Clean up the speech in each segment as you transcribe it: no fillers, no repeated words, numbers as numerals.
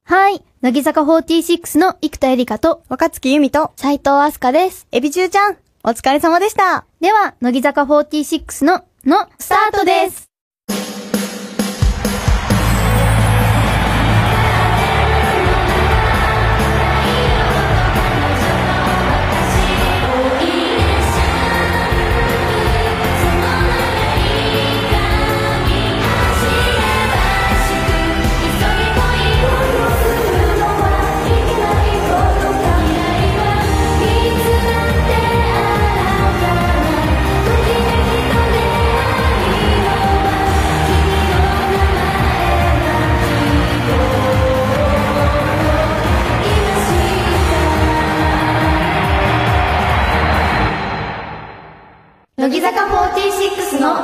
はい。乃木坂46の生田絵梨花と若月由美と斉藤飛鳥です。 エビ中ちゃん、お疲れ様でした。 では、乃木坂46のスタートです。乃木坂46の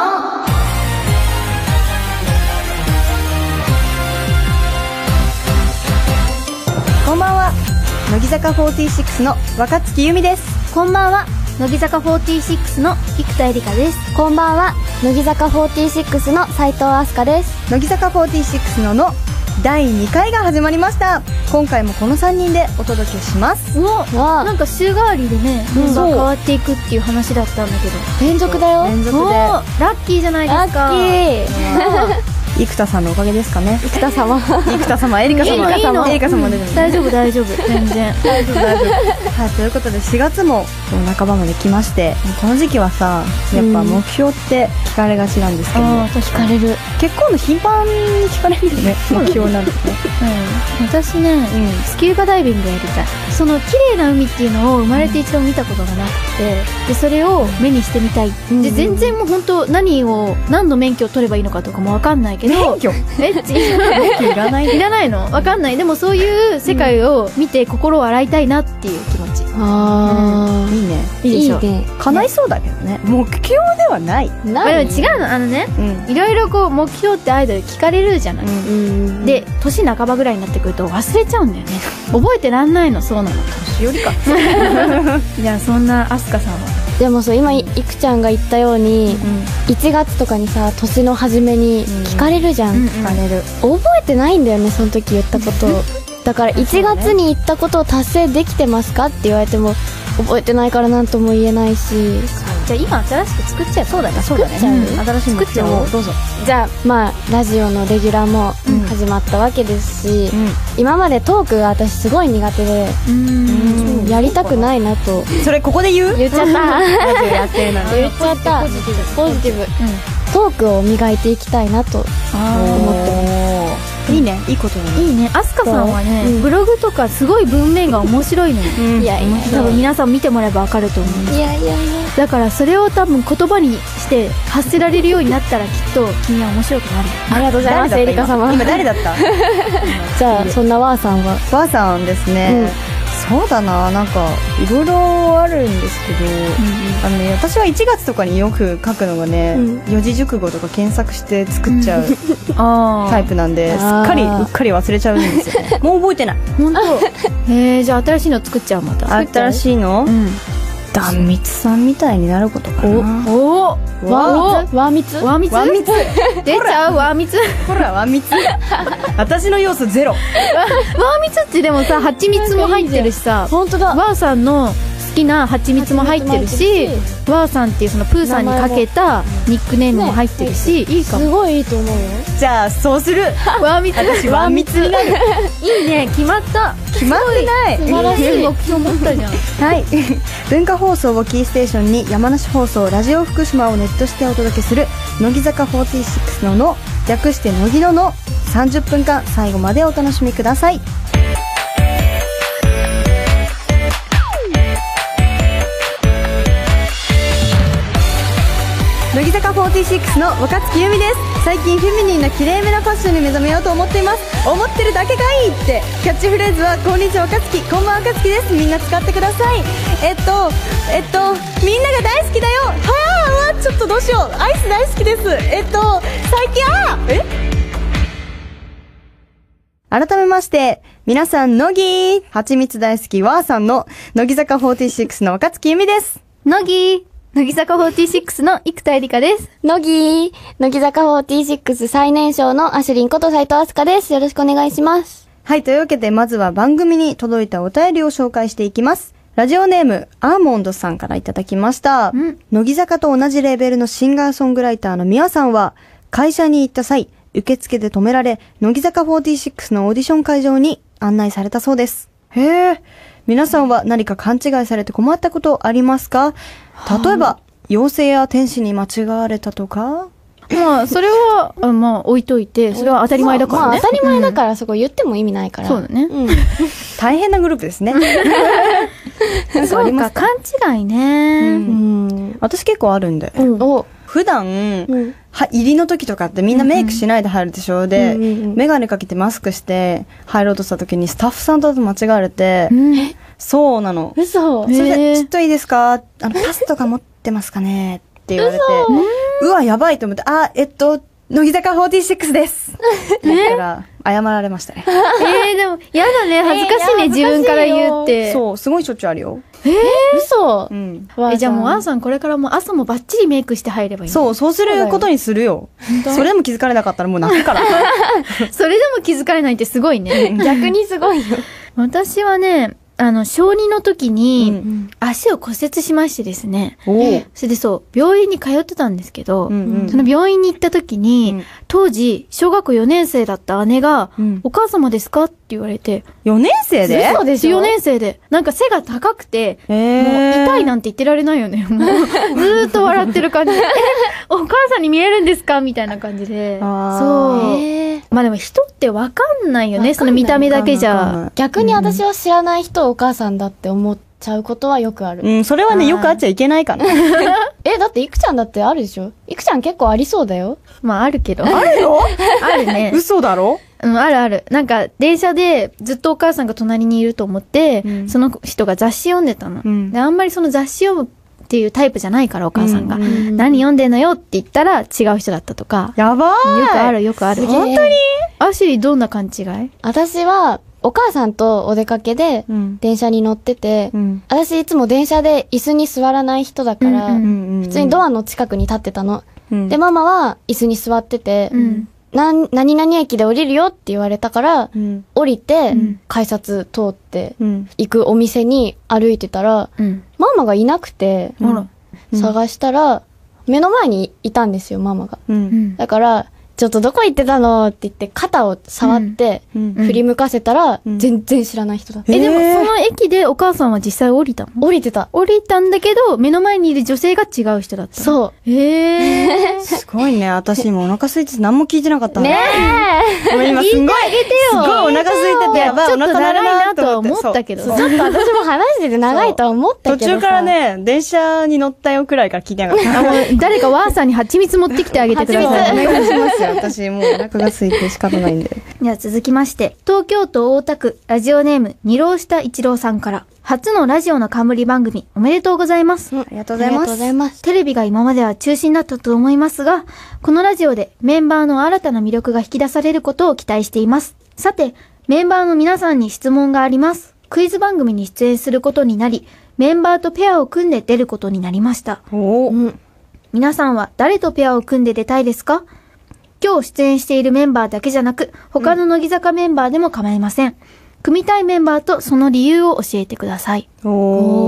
こんばんは、乃木坂46の若月由美です。 こんばんは、乃木坂46の生田絵梨花です。 こんばんは、乃木坂46の斉藤飛鳥です。 乃木坂46の第2回が始まりました。今回もこの3人でお届けします。 なんか週替わりでね、メンバー変わっていくっていう話だったんだけど、 連続だよ。 連続でラッキーじゃないですか。 ラッキー生田さんのおかげですかね。 生田様生田様、エリカ様、エリカ様でも大丈夫大丈夫、全然大丈夫。はい、ということで4月も半ばまで来まして、この時期はさ、やっぱ目標って聞かれがちなんですけど、 聞かれる。 結構頻繁に聞かれるよね。目標なんですね。 私ね、スキューバダイビングやりたい。その綺麗な海っていうのを生まれて一度見たことがなくて、でそれを目にしてみたい。で全然もう本当何の免許を取ればいいのかとかも分かんないけど。 免許いらないの分かんない。でもそういう世界を見て心を洗いたいなっていう気持ち。 いいね。 いいでしょ。 叶いそうだけどね。目標ではない。 でも違うの。いろいろこう目標ってアイドル聞かれるじゃない。で年半ばぐらいになってくると忘れちゃうんだよね。覚えてらんないの。そうなの。 年寄りか。 じゃあそんな飛鳥さんは。 でもそう今いくちゃんが言ったように、1月とかにさ、年の初めに聞かれるじゃん。 聞かれる。 覚えてないんだよね、その時言ったことを。だから1月に言ったことを達成できてますかって言われても覚えてないから何とも言えないし。 じゃあ今新しく作っちゃう。 そうだね。 作っちゃう。 新しい目標をどうぞ。じゃあラジオのレギュラーも始まったわけですし、今までトークが私すごい苦手で、やりたくないなと。 それここで言っちゃった。ラジオやってるのに言っちゃった。ポジティブ。トークを磨いていきたいなと思ってます。 いいね、いいことだね。 いいね。飛鳥さんはね、ブログとかすごい文面が面白いのよ。多分皆さん見てもらえば分かると思うんです。だからそれを多分言葉にして発せられるようになったらきっと君は面白くなる。 ありがとうございます、エリカ様。 今誰だった？ じゃあそんなワーさんは。 ワーさんですね。そうだな、なんかいろいろあるんですけど、私は1月とかによく書くのがね、四字熟語とか検索して作っちゃうタイプなんで、うっかり忘れちゃうんですよね。もう覚えてない。 本当。じゃあ新しいの作っちゃう。また新しいの。壇蜜さんみたいになることかな。 ワーミツ出ちゃう。ワーミツ。 ほら、ワーミツ。私の要素ゼロ。 ワーミツってでもさ、蜂蜜も入ってるしさ。 本当だ。 ワーさんの好きな蜂蜜も入ってるし、ワーさんっていうそのプーさんにかけたニックネームも入ってるし、いいかも。 すごいいいと思うよ。 じゃあそうする。 ワーミツ。 私ワーミツになる。 いいね、決まった。 決まってない。 素晴らしい目標持ったじゃん。 はい。文化放送をキーステーションに山梨放送ラジオ福島をネットしてお届けする乃木坂46の略して乃木の30分間、最後までお楽しみください。乃木坂46の若月由美です。最近フェミニンな綺麗めなファッションに目覚めようと思っています。思ってるだけがいいってキャッチフレーズはこんにちは若月、こんばんは若月です。みんな使ってください。みんなが大好きだよ。ちょっとどうしよう。アイス大好きです。最近改めまして皆さん、乃木蜂蜜大好きワーさんの乃木坂46の若月由美です。 乃木坂46の生田絵梨花です。 乃木坂46最年少のアシュリンこと斉藤飛鳥です。よろしくお願いします。 はい、というわけでまずは番組に届いたお便りを紹介していきます。ラジオネームアーモンドさんからいただきました。乃木坂と同じレベルのシンガーソングライターのみわさんは、会社に行った際、受付で止められ、乃木坂46のオーディション会場に案内されたそうです。へえ。皆さんは何か勘違いされて困ったことありますか？例えば、妖精や天使に間違われたとか？ まあ、それは、まあ、置いといて、それは当たり前だからね。 まあ、当たり前だから、そこ言っても意味ないから。 そうだね。 大変なグループですね。 そうか、勘違いね。 私結構あるんで。普段、入りの時とかってみんなメイクしないで入るでしょ。で、メガネかけてマスクして入ろうとした時にスタッフさんと間違われて、そうなの。 嘘。 それで、ちょっといいですか？パスとか持ってますかね？って言われて、うわ、やばいと思って、乃木坂46です。だから謝られましたね。 でも、やだね、恥ずかしいね、自分から言うって。 そう、すごいしょっちゅうあるよ。 嘘。 じゃあもう、あーさんこれからもう朝もバッチリメイクして入ればいい。 そう、そうすることにするよ。それでも気づかれなかったらもう泣くから。 それでも気づかれないってすごいね。 逆にすごいよ。 私はね、小2の時に、足を骨折しましてですね。それでそう、病院に通ってたんですけど、その病院に行った時に、当時、小学校4年生だった姉が、お母様ですかって言われて。 4年生で？ そうですよ。4年生で。なんか背が高くて、もう痛いなんて言ってられないよね。もうずーっと笑ってる感じで。お母さんに見えるんですかみたいな感じで。そう。まあでも人ってわかんないよね、その見た目だけじゃ。 逆に私は知らない人をお母さんだって思っちゃうことはよくある。 それはね、よくあっちゃいけないかな。 だっていくちゃんだってあるでしょ？いくちゃん結構ありそうだよ。 まああるけど。 あるよ？ あるね。 嘘だろ？ あるある。なんか、電車でずっとお母さんが隣にいると思って、その人が雑誌読んでたの。で、あんまりその雑誌読むっていうタイプじゃないから、お母さんが。何読んでんのよって言ったら違う人だったとか。 やばーい。 よくあるよくある。 本当に？ アシュリーどんな勘違い？ 私は、お母さんとお出かけで電車に乗ってて、私いつも電車で椅子に座らない人だから、普通にドアの近くに立ってたの。で、ママは椅子に座ってて、何々駅で降りるよって言われたから、降りて、改札通って行くお店に歩いてたら、ママがいなくて、探したら、目の前にいたんですよ、ママが。だから、ちょっとどこ行ってたのって言って肩を触って振り向かせたら全然知らない人だった。 でもその駅でお母さんは実際降りたの？ 降りてた。 降りたんだけど、目の前にいる女性が違う人だった。 そう。 すごいね。私今お腹空いて何も聞いてなかったねえ。ごめん、今すんごい、すごいお腹空いてて、やばい、お腹鳴るなと思ったけど。 ちょっと私も話してて長いとは思ったけど。 途中からね、電車に乗ったよくらいから聞いてなかった。 誰かワーさんに蜂蜜持ってきてあげてください。 お願いしますよ。私もうお腹が空いて仕方ないんで。 では続きまして、東京都大田区ラジオネーム二郎下一郎さんから、初のラジオの冠番組おめでとうございます。 ありがとうございます。ありがとうございます。 テレビが今までは中心だったと思いますが、このラジオでメンバーの新たな魅力が引き出されることを期待しています。さて、メンバーの皆さんに質問があります。クイズ番組に出演することになり、メンバーとペアを組んで出ることになりました。皆さんは誰とペアを組んで出たいですか？今日出演しているメンバーだけじゃなく、他の乃木坂メンバーでも構いません。組みたいメンバーとその理由を教えてください。 ワ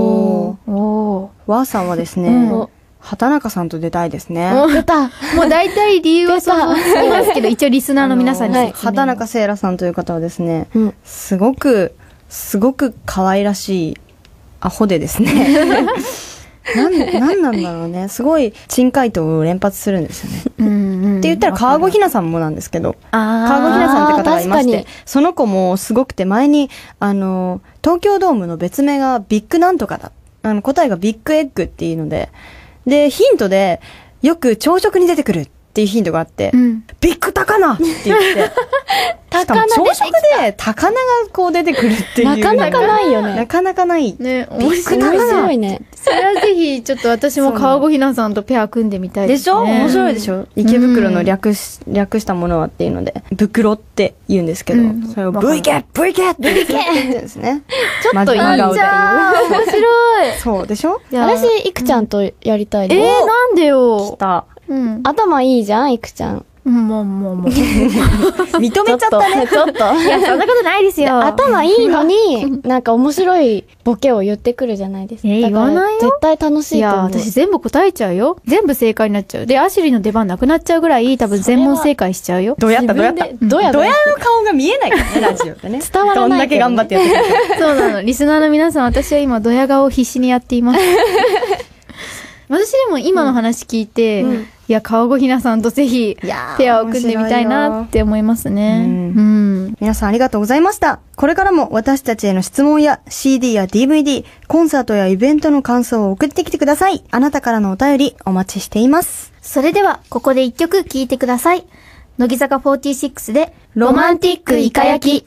ーさんはですね、畑中さんと出たいですね。 出た。 もう大体理由はそう言いますけど、一応リスナーの皆さんに。 畑中セイラさんという方はですね、すごく可愛らしいアホでですね。なんなんだろうね。すごい珍回答を連発するんですよね。って言ったら川越ひなさんもなんですけど、川越ひなさんって方がいまして、その子もすごくて、前に東京ドームの別名がビッグなんとかだ。答えがビッグエッグっていうので、ヒントでよく朝食に出てくるっていうヒントがあって、ビッグ高菜って言って、しかも朝食で高菜がこう出てくるっていう。 なかなかないよね。 なかなかない。 ね、 ビッグ高菜。 面白いね。 それはぜひ、ちょっと私も川越ひなさんとペア組んでみたいですね。 でしょ？面白いでしょ？池袋の略したものはっていうので、袋って言うんですけど、それを VK って言うんですね。 ちょっといいじゃん。 面白い。 そうでしょ？ 私、いくちゃんとやりたい。 なんでよ。 来た。 頭いいじゃん、いくちゃん。 もう。 認めちゃったね。 ちょっと。 いや、そんなことないですよ。 頭いいのに、なんか面白いボケを言ってくるじゃないですか。 言わないよ。 絶対楽しいと思う。 いや、私全部答えちゃうよ。全部正解になっちゃう。で、アシュリーの出番なくなっちゃうぐらい、多分全問正解しちゃうよ。 どうやったドヤの顔が見えないからね、ラジオでね。 伝わらない。 どんだけ頑張ってやってくれる。 そうなの。リスナーの皆さん、私は今、ドヤ顔を必死にやっています。私でも今の話聞いて、いや、川越ひなさんとぜひ、ペアを組んでみたいなって思いますね。 皆さんありがとうございました。これからも私たちへの質問や CD や DVD、コンサートやイベントの感想を送ってきてください。あなたからのお便りお待ちしています。 それでは、ここで一曲聴いてください。乃木坂46で、ロマンティックイカ焼き。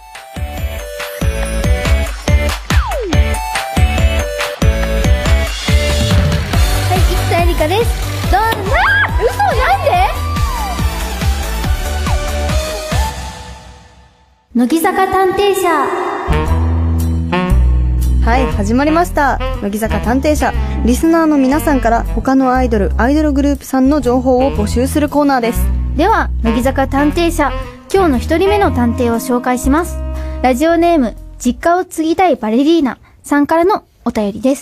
エリカです。嘘なんで？乃木坂探偵社。 はい、始まりました。乃木坂探偵社。リスナーの皆さんから他のアイドルグループさんの情報を募集するコーナーです。 では、乃木坂探偵社、今日の一人目の探偵を紹介します。ラジオネーム、実家を継ぎたいバレリーナさんからのお便りです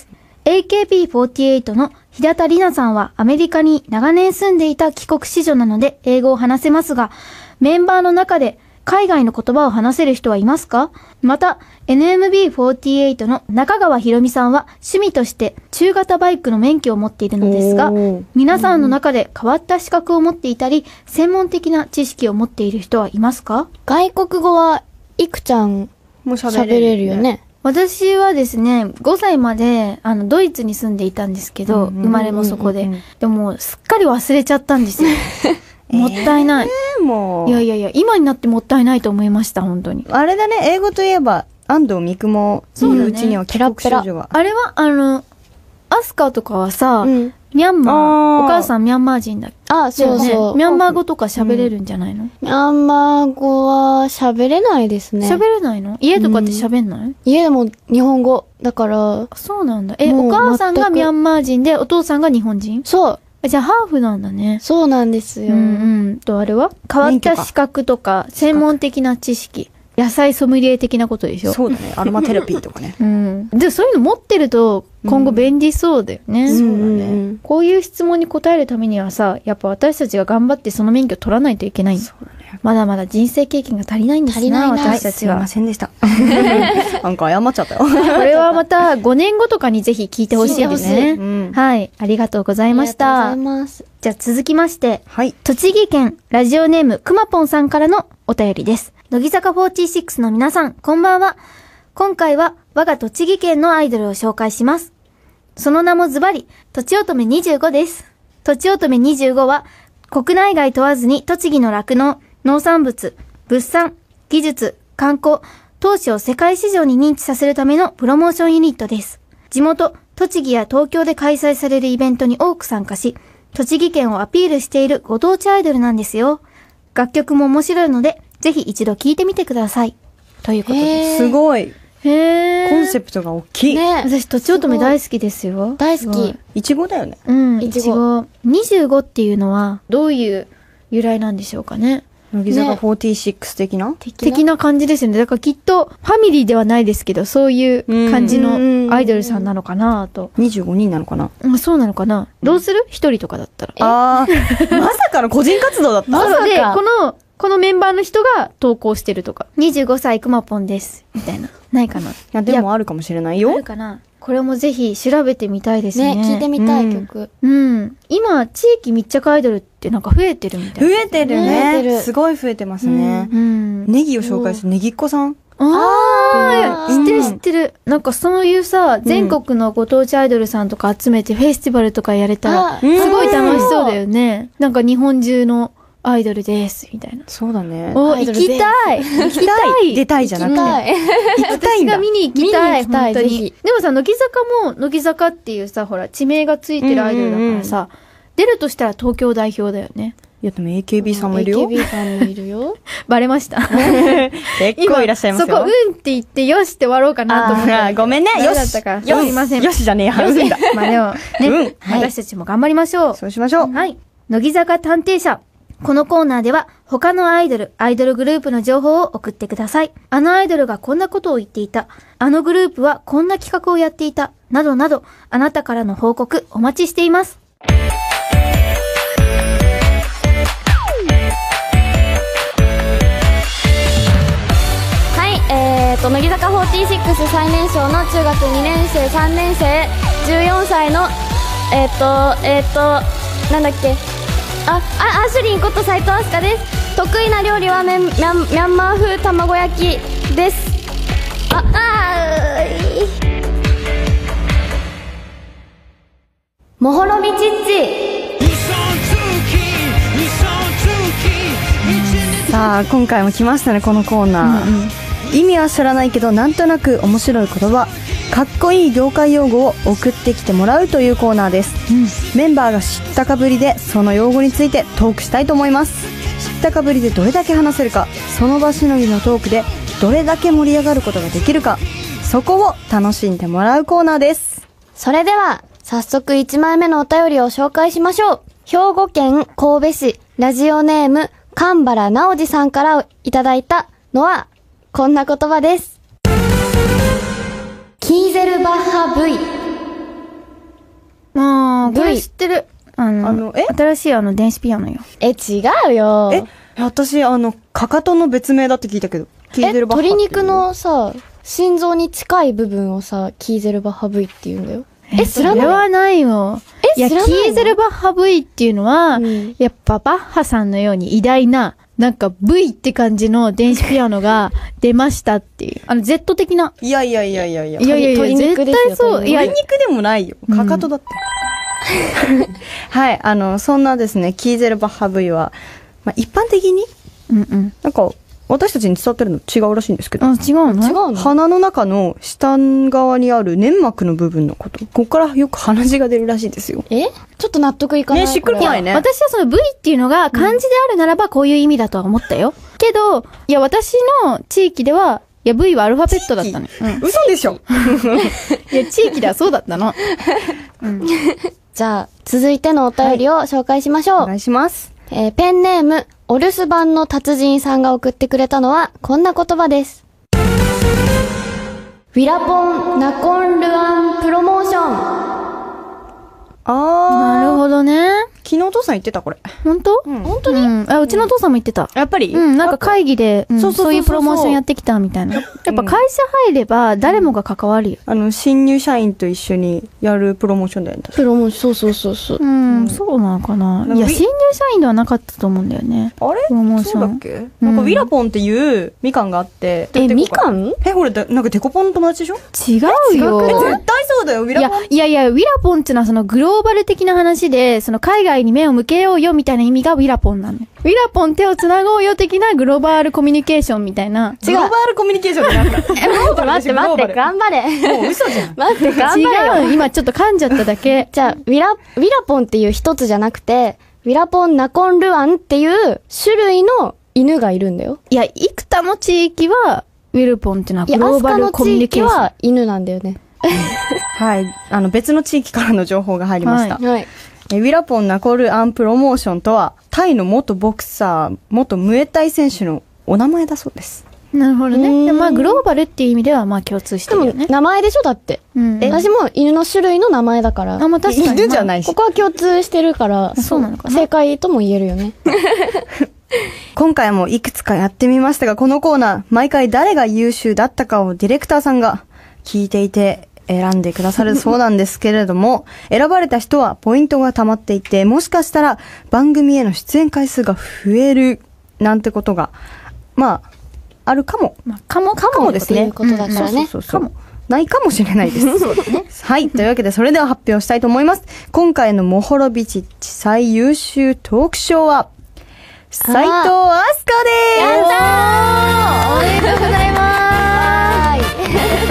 。AKB48 の平田里奈さんはアメリカに長年住んでいた帰国子女なので英語を話せますが、メンバーの中で海外の言葉を話せる人はいますか？また、NMB48 の中川ひろみさんは趣味として中型バイクの免許を持っているのですが、皆さんの中で変わった資格を持っていたり、専門的な知識を持っている人はいますか？ 外国語はいくちゃんも喋れるよね。 私はですね、5歳まで、ドイツに住んでいたんですけど、生まれもそこで。でも、すっかり忘れちゃったんですよ。もったいない。 もう。 いや、今になってもったいないと思いました、本当に。 あれだね、英語といえば、安藤美久も、そういううちには帰国子女が。 あれは、アスカとかはさ、ミャンマー、お母さんミャンマー人だっけ？ そうそう。 ミャンマー語とか喋れるんじゃないの？ ミャンマー語は喋れないですね。 喋れないの？家とかって喋んない？ 家でも日本語だから。 そうなんだ。お母さんがミャンマー人で、お父さんが日本人？ そう。 じゃあハーフなんだね。 そうなんですよ。 と、あれは変わった資格とか、専門的な知識。野菜ソムリエ的なことでしょ？ そうだね。アロマテラピーとかね。 で、そういうの持ってると、今後便利そうだよね。 そうだね。 こういう質問に答えるためにはさ、やっぱ私たちが頑張ってその免許取らないといけない。そうだね。まだまだ人生経験が足りないんですな、私たちは。 すいませんでした。なんか謝っちゃったよ。これはまた5年後とかにぜひ聞いてほしいですね。はい。ありがとうございました。 ありがとうございます。 じゃあ続きまして、 はい。 栃木県ラジオネームくまぽんさんからのお便りです。乃木坂46の皆さん、こんばんは。今回は我が栃木県のアイドルを紹介します。その名もズバリ、とちおとめ25です。とちおとめ25は、国内外問わずに栃木の酪農、農産物、物産、技術、観光、投資を世界市場に認知させるためのプロモーションユニットです。地元、栃木や東京で開催されるイベントに多く参加し、栃木県をアピールしているご当地アイドルなんですよ。楽曲も面白いので、ぜひ一度聴いてみてください。ということです。 すごい。 へー。 コンセプトが大きい。 ね、私、とちおとめ大好きですよ。 大好き。 いちごだよね。 いちご。25っていうのは、どういう由来なんでしょうかね。 乃木坂46的な、 的な感じですよね。だからきっと、ファミリーではないですけど、そういう感じのアイドルさんなのかなと。 25人なのかな？ そうなのかな？どうする？一人とかだったら。 まさかの個人活動だった。 まさか。で、このメンバーの人が投稿してるとか。25歳くまぽんです。みたいな。ないかな。いや、でもあるかもしれないよ。 あるかな。これもぜひ調べてみたいですね。 聞いてみたい曲。 今、地域密着アイドルってなんか増えてるみたいな。 増えてるね。すごい増えてますね。ネギを紹介するネギっ子さん。 知ってる。なんかそういうさ、全国のご当地アイドルさんとか集めてフェスティバルとかやれたら、すごい楽しそうだよね。なんか日本中のアイドルです、みたいな。 そうだね。 行きたい行きたい出たいじゃなくて。行きたいんだ。 私が見に行きたい、本当に。でもさ、乃木坂も、乃木坂っていうさ、ほら、地名がついてるアイドルだからさ、出るとしたら東京代表だよね。 いや、でも AKB さんもいるよ。 AKB さんもいるよ。 バレました。 結構いらっしゃいますよ。 そこ、って言って、よしって終わろうかなと思った。 ごめんね。よしだったから。すいません。よしじゃねえや。うんだ。 まあでも、ね、私たちも頑張りましょう。 そうしましょう。 はい。乃木坂探偵社。 このコーナーでは他のアイドルグループの情報を送ってください。あのアイドルがこんなことを言っていた。あのグループはこんな企画をやっていた。などなど、あなたからの報告お待ちしています。 乃木坂46最年少の中学2年生3年生14歳のなんだっけアシュリンこと斉藤飛鳥です。得意な料理はミャンマー風卵焼きです。モホロビチッチ。 さあ今回も来ましたね、このコーナー。意味は知らないけどなんとなく面白い言葉、かっこいい業界用語を送ってきてもらうというコーナーです。メンバーが知ったかぶりでその用語についてトークしたいと思います。知ったかぶりでどれだけ話せるか、その場しのぎのトークでどれだけ盛り上がることができるか、そこを楽しんでもらうコーナーです。 それでは早速1枚目のお便りを紹介しましょう。兵庫県神戸市ラジオネーム神原直司さんからいただいたのはこんな言葉です。キーゼルバッハ V。 これ知ってる。新しい電子ピアノよ。 違うよ。 私かかとの別名だって聞いたけど、キーゼルバッハ。 鶏肉のさ、心臓に近い部分をさ、キーゼルバッハ V って言うんだよ。 知らない？それはないよ。いや、キーゼルバッハ V っていうのは、やっぱバッハさんのように偉大な、なんか V って感じの電子ピアノが出ましたっていう。Z 的な。 いや。 鶏肉ですよ。 絶対そう。 鶏肉でもないよ。かかとだって。はい、そんなですね、キーゼルバッハ V は、一般的に、なんか、私たちに伝わってるの違うらしいんですけど。 違うの？ 鼻の中の下側にある粘膜の部分のこと。ここからよく鼻血が出るらしいですよ。 ちょっと納得いかない。 しっくりこないね。 私はその V っていうのが漢字であるならばこういう意味だとは思ったよ。けど、いや、私の地域では、いや、V はアルファベットだったのよ。 嘘でしょ。 いや、地域ではそうだったの。 じゃあ、続いてのお便りを紹介しましょう。 お願いします。 ペンネーム、お留守番の達人さんが送ってくれたのは、こんな言葉です。ウィラポン、ナコンルアン、プロモーション。 なるほどね。 昨日お父さん言ってたこれ。 本当？ 本当に？ うちのお父さんも言ってた。 やっぱり？ なんか会議で、そういうプロモーションやってきたみたいな。やっぱ会社入れば誰もが関わるよ。 新入社員と一緒にやるプロモーションだよね。 プロモーション、そう。 そうなのかな。いや、新入社員ではなかったと思うんだよね。 あれ？ プロモーション。 そうだっけ？なんかウィラポンっていうみかんがあって。 みかん？ ほら、なんかデコポンの友達でしょ？ 違うよ。 絶対そうだよ、ウィラポン。 いや、ウィラポンっていうのはそのグローバル的な話で、その海外に目を向けようよみたいな意味がウィラポンなの。ウィラポン手をつなごうよ的なグローバルコミュニケーションみたいな。 グローバルコミュニケーションってなんだ？ 待って、頑張れ。 もう嘘じゃん。 待って、頑張れ。 違う、今ちょっと噛んじゃっただけ。 じゃあ、ウィラポンっていう一つじゃなくて、ウィラポンナコンルアンっていう種類の犬がいるんだよ。 いや、幾多の地域は、ウィルポンっていうのはグローバルコミュニケーション。 アスカの地域は犬なんだよね。 はい。別の地域からの情報が入りました。 はい。 ウィラポンナコルアンプロモーションとは、タイの元ボクサー、元ムエタイ選手のお名前だそうです。 なるほどね。でグローバルっていう意味では共通してるよね。 でも、名前でしょだって。私も犬の種類の名前だから。 確かに。犬じゃないし。 ここは共通してるから、 そうなのかな。 正解とも言えるよね。 今回もいくつかやってみましたが、このコーナー、毎回誰が優秀だったかをディレクターさんが聞いていて、選んでくださるそうなんですけれども、選ばれた人はポイントが溜まっていて、もしかしたら番組への出演回数が増えるなんてことが、あるかも。 かもですね。ということだからね。 かも。ないかもしれないです。そうですね。はい。というわけで、それでは発表したいと思います。今回のモホロビチッチ最優秀トークショーは、斉藤飛鳥です。 やったー！おめでとうございます。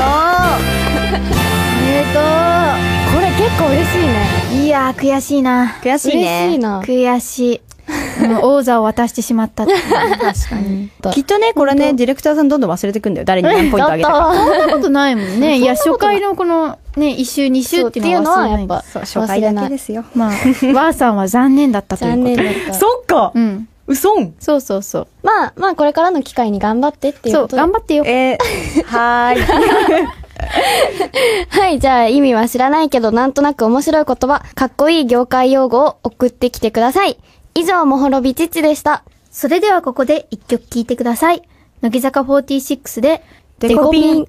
これ結構嬉しいね。 いやー、悔しいな。 悔しいね。 嬉しいな。 悔しい。王座を渡してしまったって。 確かに。きっとね、これね、ディレクターさんどんどん忘れてくんだよ。誰に何ポイントあげたか。 そんなことないもんね。いや、初回のこの、ね、1週2週っていうのはやっぱ、 初回だけですよ。 わーさんは残念だったということで。 残念だった。 そっか。 うん。 嘘ん。 そうそうそう。 まあこれからの機会に頑張ってっていうことで。 そう、頑張ってよ。 はーい。 はい、じゃあ意味は知らないけどなんとなく面白い言葉、かっこいい業界用語を送ってきてください。以上、もほろびちっちでした。 それではここで一曲聴いてください。乃木坂46で、 デコピン。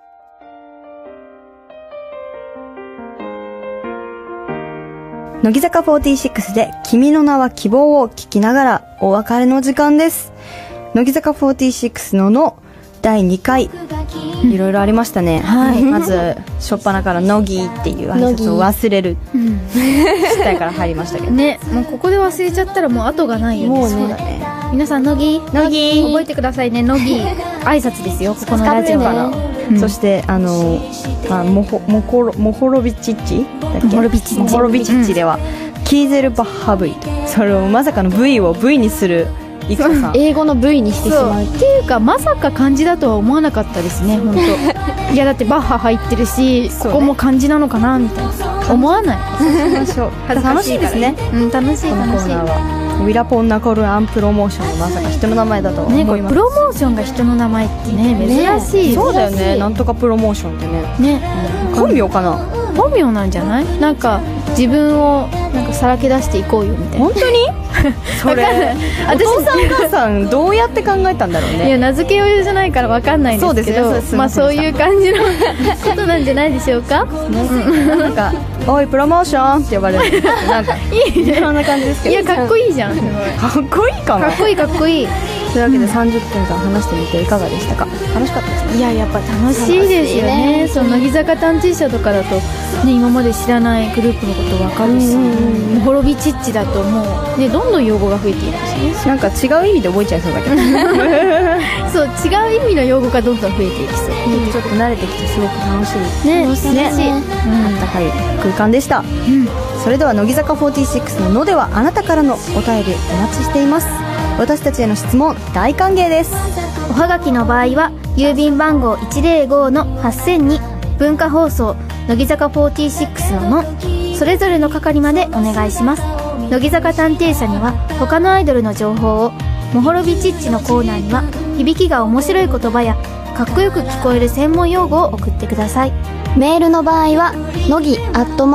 乃木坂46で君の名は希望を聞きながらお別れの時間です。乃木坂46の第2回、いろいろありましたね。 はい。 まず、初っ端から乃木っていう挨拶を忘れる。失態から入りましたけど。 ね、もうここで忘れちゃったらもう後がないよね。 もうね。そうだね。 皆さん、乃木覚えてくださいね、乃木。挨拶ですよ、ここのラジオから。 そして、モホロビチッチだっけ？モホロビチッチでは、キーゼルバッハ V。それをまさかの V を V にする。 英語の V にしてしまうっていうか、まさか漢字だとは思わなかったですね、本当。いやだってバッハ入ってるし、ここも漢字なのかなみたいな思わない。 楽しいですね。 楽しい。 ウィラポンナコルアンプロモーション、まさか人の名前だと思います。 ね、プロモーションが人の名前ってね、珍しい。 そうだよね、なんとかプロモーションってね。本名かな？ 本名なんじゃない？なんか自分をなんかさらけ出していこうよみたいな。 本当に？それお父さんお母さんどうやって考えたんだろうね。 いや、名付け親じゃないから分かんないんですけど、まあそういう感じのことなんじゃないでしょうか。 なんかおいプロモーションって呼ばれる。なんかいいそんな感じですけど。 いや、かっこいいじゃん。 かっこいいかな。 かっこいいかっこいい。 というわけで30分間話してみていかがでしたか？楽しかったですか？ いや、やっぱ楽しいですよね。その乃木坂探偵社とかだとね、今まで知らないグループのこと分かるし、モホロビチッチだともうね、どんどん用語が増えていくしね。 なんか違う意味で覚えちゃいそうだけど。 そう、違う意味の用語がどんどん増えていきそう。 ちょっと慣れてきてすごく楽しいね。楽しい。あったかい空間でした。それでは乃木坂46のではあなたからのお便りお待ちしています。私たちへの質問大歓迎です。 おはがきの場合は郵便番号 105-8000 に文化放送乃木坂46のそれぞれの係までお願いします。乃木坂探偵社には他のアイドルの情報を、モホロビチッチのコーナーには響きが面白い言葉やかっこよく聞こえる専門用語を送ってください。 メールの場合は乃木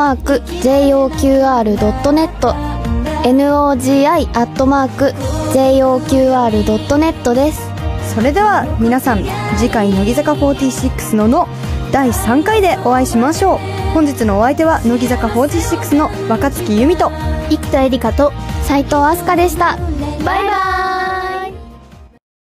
@joqr.net nogi@joqr.net です。 それでは皆さん、次回乃木坂46の第3回でお会いしましょう。本日のお相手は乃木坂46の若月由美と生田絵梨花と斉藤飛鳥でした。 バイバイ。